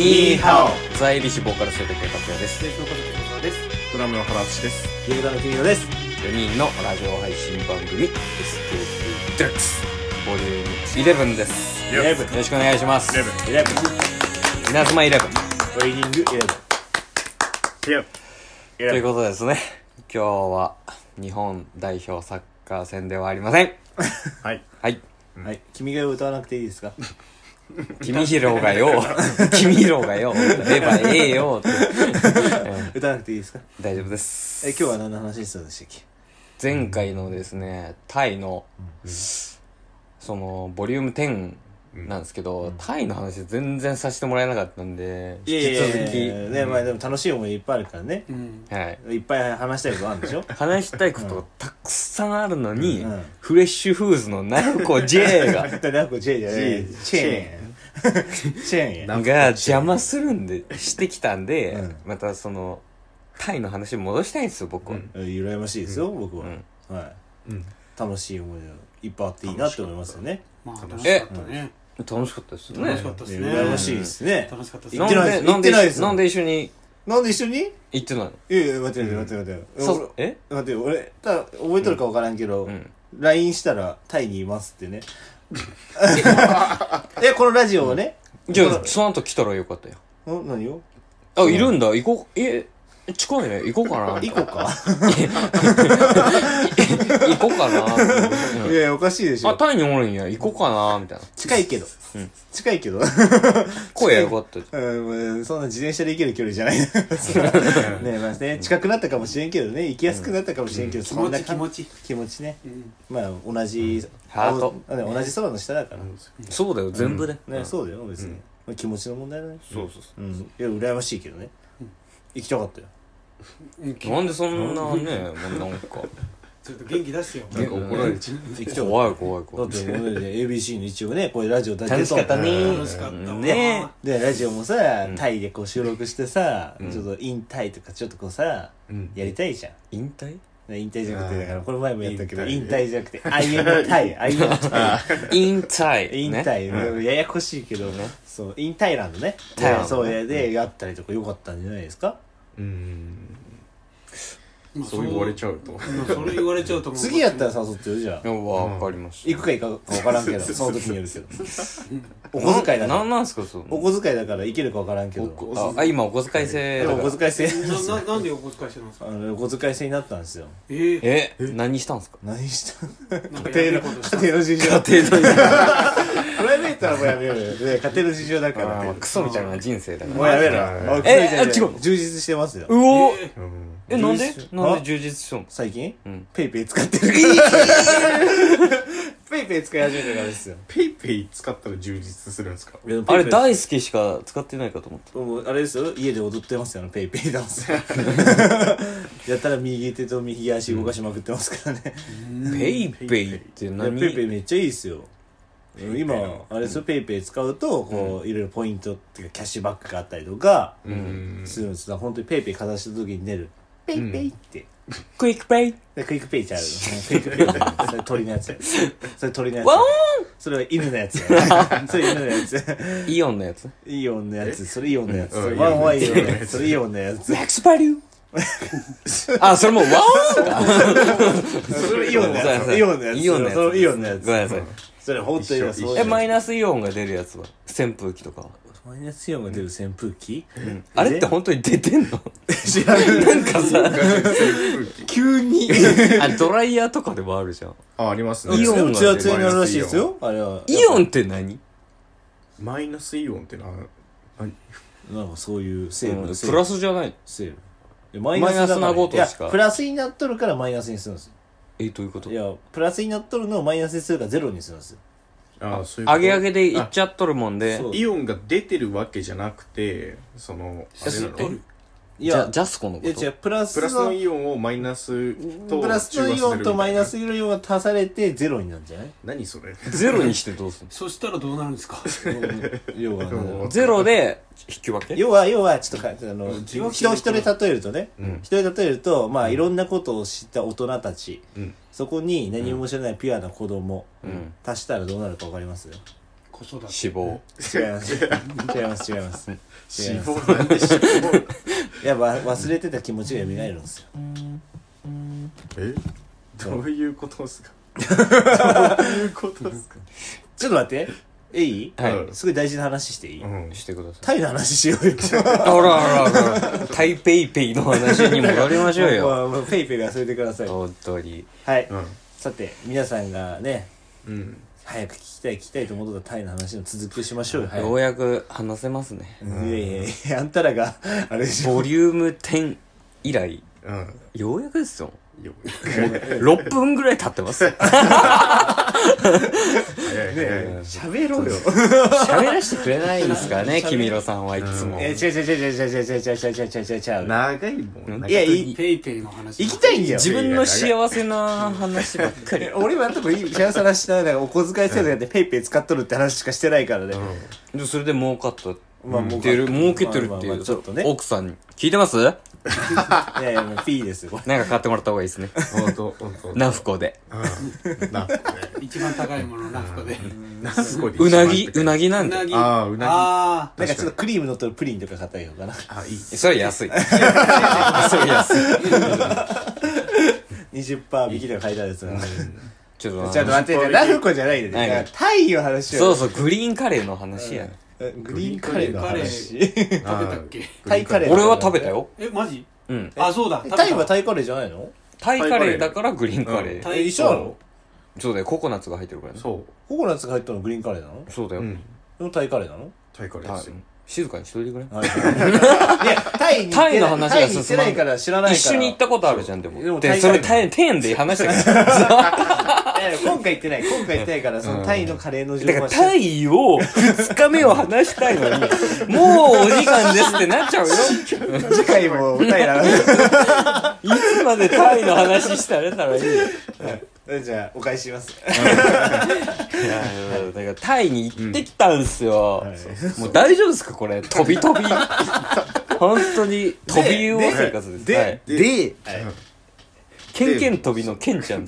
ニーハオ。在理士ボーカル生徒系達也です。 清掃家族のです。 ドラムの原敦です。 ギルダの君野です。 4人のラジオ配信番組 SKP デラックスボリューム11です。よろしくお願いします。 11 稲妻11 ウェイニング11 ということでですね、今日は日本代表サッカー戦ではありません。 はいはい、 はい、君が歌わなくていいですか？ 君ひろがよ君ひろがよればええよって、 歌わなくていいですか？ 大丈夫です。 今日は何の話したんでしたっけ？ 前回のですね、タイの、そのボリューム10なんですけど、タイの話全然させてもらえなかったんで、引き続きね、まあでも楽しい思いいっぱいあるからね、 はい、 いっぱい話したいことあるんでしょ？ 話したいことがたくさんあるのに、フレッシュフーズのナフコ J がナフコ J じゃないチェーンが邪魔するんでしてきたんで、またそのタイの話に戻したいんですよ僕は。 羨ましいですよ、僕は。はい、楽しい思い出がいっぱいあっていいなって思いますよね。 まあ楽しかったね。 楽しかったですよね。 楽しかったですね。 羨ましいですね。 楽しかったですね。行ってないです。 なんで一緒に行ってないの？ いや待って待って俺覚えとるか分からんけど、LINE したらタイにいますってね。このラジオをね。 じゃあその後来たらよかったよ。 何を？ あ、いるんだ。行こう。近いね。行こうかな。 行こうか。 行こうかな。 いやおかしいでしょ。 あ、タイにおるんや。行こうかなみたいな。 近いけど。近いけど。 声よかった。 そんな自転車で行ける距離じゃない。ねまあね、近くなったかもしれんけどね、行きやすくなったかもしれんけど、 気持ちね。 まあ同じハート同じ空の下だから。 そうだよ、全部で。 ね、そうだよ別に。気持ちの問題だね。 そう。 いや羨ましいけどね。行きたかったよ。 なんでそんなね、もうなんかちょっと元気出してよ。 なんか怒られちゃう。怖い。だって ABC の一応ね、これラジオ楽しかったね。 楽しかったね。でラジオもさ、タイでこう収録してさ、ちょっとインタイとかちょっとこうさ、やりたいじゃん。 引退？ 引退じゃなくて、だからこの前もやったけど、引退じゃなくて I am タイ引退ややこしいけどね。そうインタイランドね。そうでやったりとか良かったんじゃないですか？ そう言われちゃうと。 それ言われちゃうと次やったら誘ってよ。じゃあわかりました。 行くか行か分からんけど、その時によるけど。お小遣いだから。 なんすかそのお小遣いだから行けるか分からんけど。 今お小遣い制。 お小遣い制。 なんでお小遣い制なんですか？ お小遣い制になったんですよ。 何したんすか？ 何した家庭の事情。 プライベートはもうやめようよ。家庭の事情だから。 クソみたいな人生だから。 もうやめろ。 違う。 充実してますよ。 うおなんで充実しとんの？ 最近ペイペイ使ってるペイペイ使い始めてからですよ。 ペイペイ使ったら充実するんですか？ あれ大好きしか使ってないかと思った。 あれですよ、家で踊ってますよ、ペイペイダンス。やったら右手と右足動かしまくってますからね。 ペイペイって何？ ペイペイめっちゃいいですよ。今あれですよ、ペイペイ使うとこういろいろポイントっていうかキャッシュバックがあったりとかするんですが、本当にペイペイかざした時に出るペイペイってクイックペイクイックペイちゃうの。クイックペイそれ鳥のやつや。それ鳥のやつ。 ワオーンそれは犬のやつや。それ犬のやつ。 イオンのやつ。 イオンのやつ。それイオンのやつ。ワンワンイオンのやつ。それイオンのやつ。 マックスバリュー。あ、それもうワオーンか。 それイオンのやつ。イオンのやつ。 イオンのやつ。 それイオンのやつ。 ごめんなさい。 それ本当にそう。 マイナスイオンが出るやつは扇風機とかは。 マイナスイオンが出る扇風機？ あれって本当に出てんの？ 知らない。 なんかさ、 急にドライヤーとかでもあるじゃん。 ありますね。 イオンが強になるらしいですよ。あれは。 イオンって何？ マイナスイオンってなんかそういう成分。 プラスじゃない。 成分。 マイナスなことしか。 プラスになっとるからマイナスにするんですよ。 どういうこと？ いや、プラスになっとるのをマイナスにするからゼロにするんですよ。 上げ上げでいっちゃっとるもんで、 イオンが出てるわけじゃなくて、 いやジャスコのこと？ いや違う、プラスのイオンをマイナスとプラスのイオンとマイナスのイオンが足されてゼロになるんじゃない？ 何それ？ ゼロにしてどうするの？ そしたらどうなるんですか？ 要はゼロで引き分け？ 要はちょっと人で例えるとね、人で例えると、まあいろんなことを知った大人たち、そこに何も知らないピュアな子供、足したらどうなるか分かります？ 子育て死亡。 違います違います違います死亡なんで死亡いや忘れてた気持ちが蘇るんですよ。 どういうことですかどういうことですかちょっと待っていい？ はいすごい大事な話していい？ してください。 タイの話しようよ。 あらあら、タイペイペイの話に戻りましょうよ。 もうペイペイが忘れてください。 本当に。 はい、さて皆さんがねうん早く聞きたいと思ったタイの話の続きをしましょうよ。早くようやく話せますね。 いやいやいやあんたらがあれでしょ。 ボリューム10以来、 うんようやくですよ。 よ 6分ぐらい経ってます。 早い早い喋ろうよ。 喋らせてくれないんですかね、キミロさんはいつも。 違う長いもんいやいいペイペイの話行きたいんだよ。 自分の幸せな話ばっかり。 俺はとこ幸せなしながらお小遣い制度やってペイペイ使っとるって話しかしてないからね。 でそれで儲かったまあ儲ってる、儲けてるっていう、 ちょっとね。 奥さんに聞いてます？ いやいやもう P ですよ。 なんか買ってもらった方がいいですね。 本当ナフコで。 な一番高いものナフコですごいうなぎなんで。 うなぎあーうなぎあなんかちょっとクリーム乗ってるプリンとか買ったらいいのかな。 あいいそれ安い。それ安い。 20% 引きとか書いてあるやつが。 ちょっとちょっと待って、ラフコじゃないではいね。タイの話を。 そうそう、グリーンカレーの話や。 グリーンカレーの話。 食べたっけタイカレー。 俺は食べた。よ。 マジうん。 あそうだタイはタイカレーじゃないの？ タイカレーだからグリーンカレー。 一緒なの？ そうだよ、ココナッツが入ってるからね。 そココナッツが入ったのグリーンカレーなの？ そうだよ。 うんでもタイカレーなの？ タイカレーはいですよ静かにしといてくれ。 いや、タイにタイの話がタイに行ってないから知らないから。 一緒に行ったことあるじゃん、でも。 でもで、それテンで話したから。 いや今回行ってないから、そのタイのカレーの情だから報はタイを2日目を話したいのに、もうお時間ですってなっちゃうよ。 次回もタイな。 いつまでタイの話したらいいよ。 じゃあ、お返しします。 いやだからタイに行ってきたんすよ。 はいもう大丈夫ですかこれ。飛び。本当に飛び魚生活です。はいで、 ケン飛びのケンちゃん。 違う、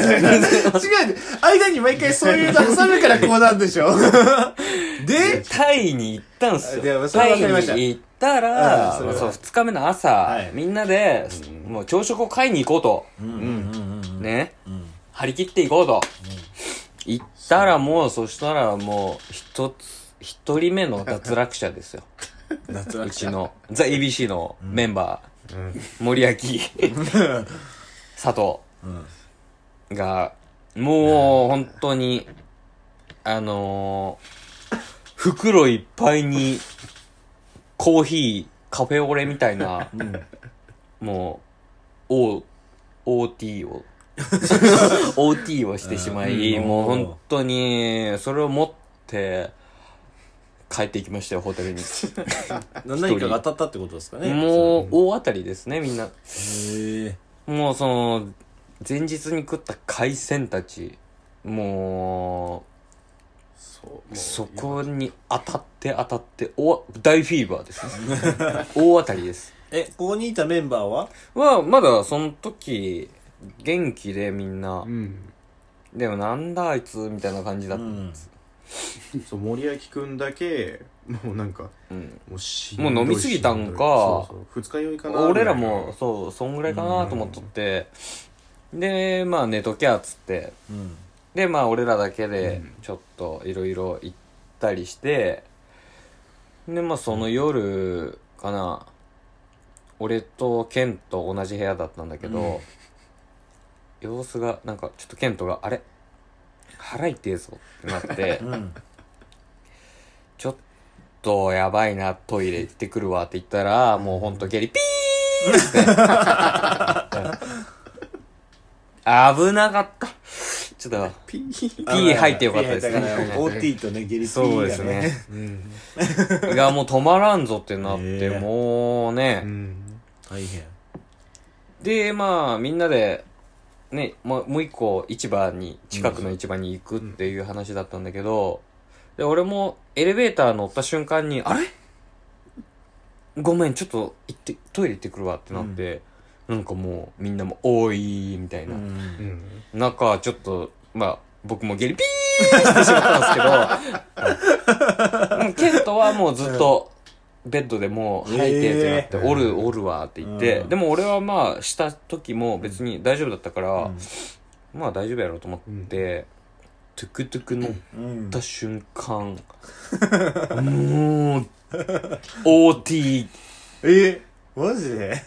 間に毎回そういうの挟むからこうなんでしょ。で、 タイに行ったんすよ。 でもそれタイはわかりましたに行ったら、 うんそれはそう、2日目の朝、 はいみんなで、もう朝食を買いに行こうと。ね。張り切って行こうと。行ったらもう、そしたらもう、一人目の脱落者ですよ。うちの、ザ・ ABC のメンバー、森脇、佐藤が、もう、本当に、袋いっぱいに、コーヒー、カフェオレみたいな、もう、OT を、OT をしてしまい、もう本当に、それを持って、帰っていきましたよ、ホテルに。 何かが当たったってことですかね。 もう、大当たりですね、みんな。 へえ。 もう、前日に食った海鮮たち、もう、そこに当たって、大フィーバーですね。大当たりです。 ここにいたメンバーは？ まだその時、元気でみんな、でもなんだあいつみたいな感じだったんです。 そう森脇くんだけもうなんか、もう飲みすぎたんか、 そう二日酔いかな。 俺らもそんぐらいかなと思っとって、でまあ寝ときゃっつって、でまあ俺らだけでちょっといろいろ行ったりして、でまあその夜かな、俺とケンと同じ部屋だったんだけど、様子がなんかちょっとケントがあれ腹痛えぞってなって、ちょっとやばいな、トイレ行ってくるわって言ったら、もうほんと下痢ピーって危なかった。ちょっとピー入ってよかったですね。 OT とね、下痢そうですね。いやもう止まらんぞってなって、もうね、 大変でまあみんなでね、もう一個近くの市場に行くっていう話だったんだけど、で俺もエレベーター乗った瞬間に、あれごめんちょっとトイレ行ってくるわってなって、なんかもうみんなもおーいみたいな、なんかちょっとまあ僕もゲリピーってしまったんですけど、ケントはもうずっとベッドでもう吐いてってなって、おるわって言って、でも俺はまあした時も別に大丈夫だったから、まあ大丈夫やろうと思って、トゥクトゥク乗った瞬間、もう OT マジで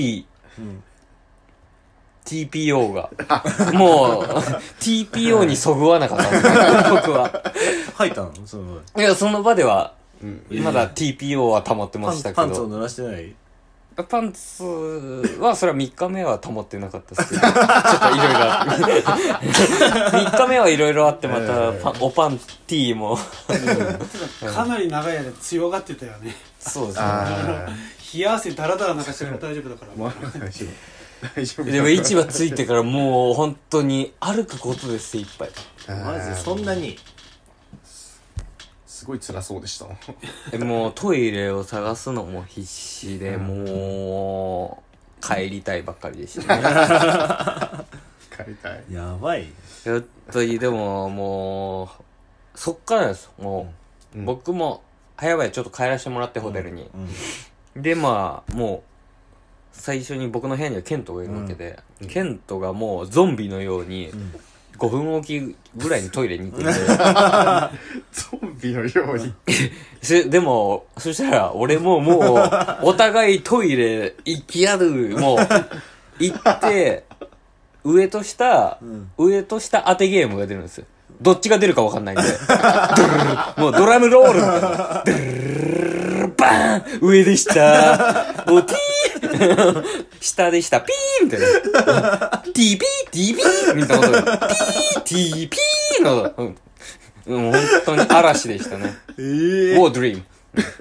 P、TPO がもう TPO にそぐわなかったんですよ僕は。 吐いたのいやその場ではまだ TPO は保ってましたけど、 パンツを濡らしてない？ パンツはそれは3日目は保ってなかったですけどちょっといろいろあって3日目はいろいろあって、またおパンティーもかなり長い間強がってたよね。 そうですね。 冷や汗ダラダラなんかしてから大丈夫だから。 まあ大丈夫でも市場ついてからもう本当に歩くことで精一杯。 マジでそんなに？ すごい辛そうでしたもうトイレを探すのも必死で、もう帰りたいばっかりでしたね帰りたい。 やばい。 やっとでももうそっからですもう、僕も早々ちょっと帰らせてもらってホテルに、でまあもう最初に僕の部屋にはケントがいるわけで、ケントがもうゾンビのように5分おきぐらいにトイレに行っててゾンビのようにでもそしたら俺ももうお互いトイレ行きやるもう行って上と下当てゲームが出るんですよ。どっちが出るか分かんないんでもうドラムロールみたいなドゥルルルバーン上でしたもうティー下でしたピーみたいなティーピーティーピーみたいなことピーティーピーの、もう本当に嵐でしたね。ウォードリーム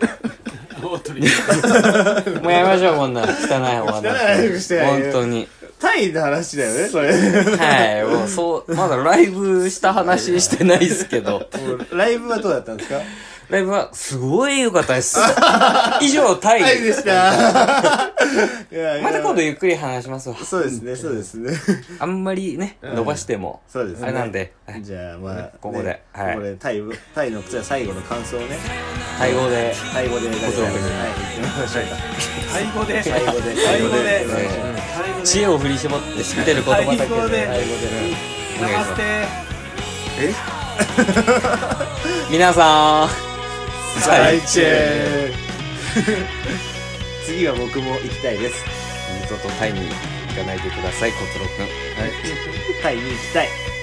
もうやめましょうこんな汚いお話。 汚いしてない本当にタイの話だよねそれはいもうそうまだライブした話してないですけどライブはどうだったんですか？ ライブはすごい良かったです以上タイタイでしたまた今度ゆっくり話しますわ。 そうですねそうですねあんまりね伸ばしてもそうですねあれなんで、はいじゃあまあここでねはいここでタイの最後の感想をねタイ語でタイ語でご紹介はい行ってみましょうかタイ語でタイ語でタイ語で知恵を振り絞って知ってる言葉だけでタイ語でお願いします。 ナマステ皆さん最チェ次は僕も行きたいです二度とタイに行かないでください、コツロ君。 タイに行きたい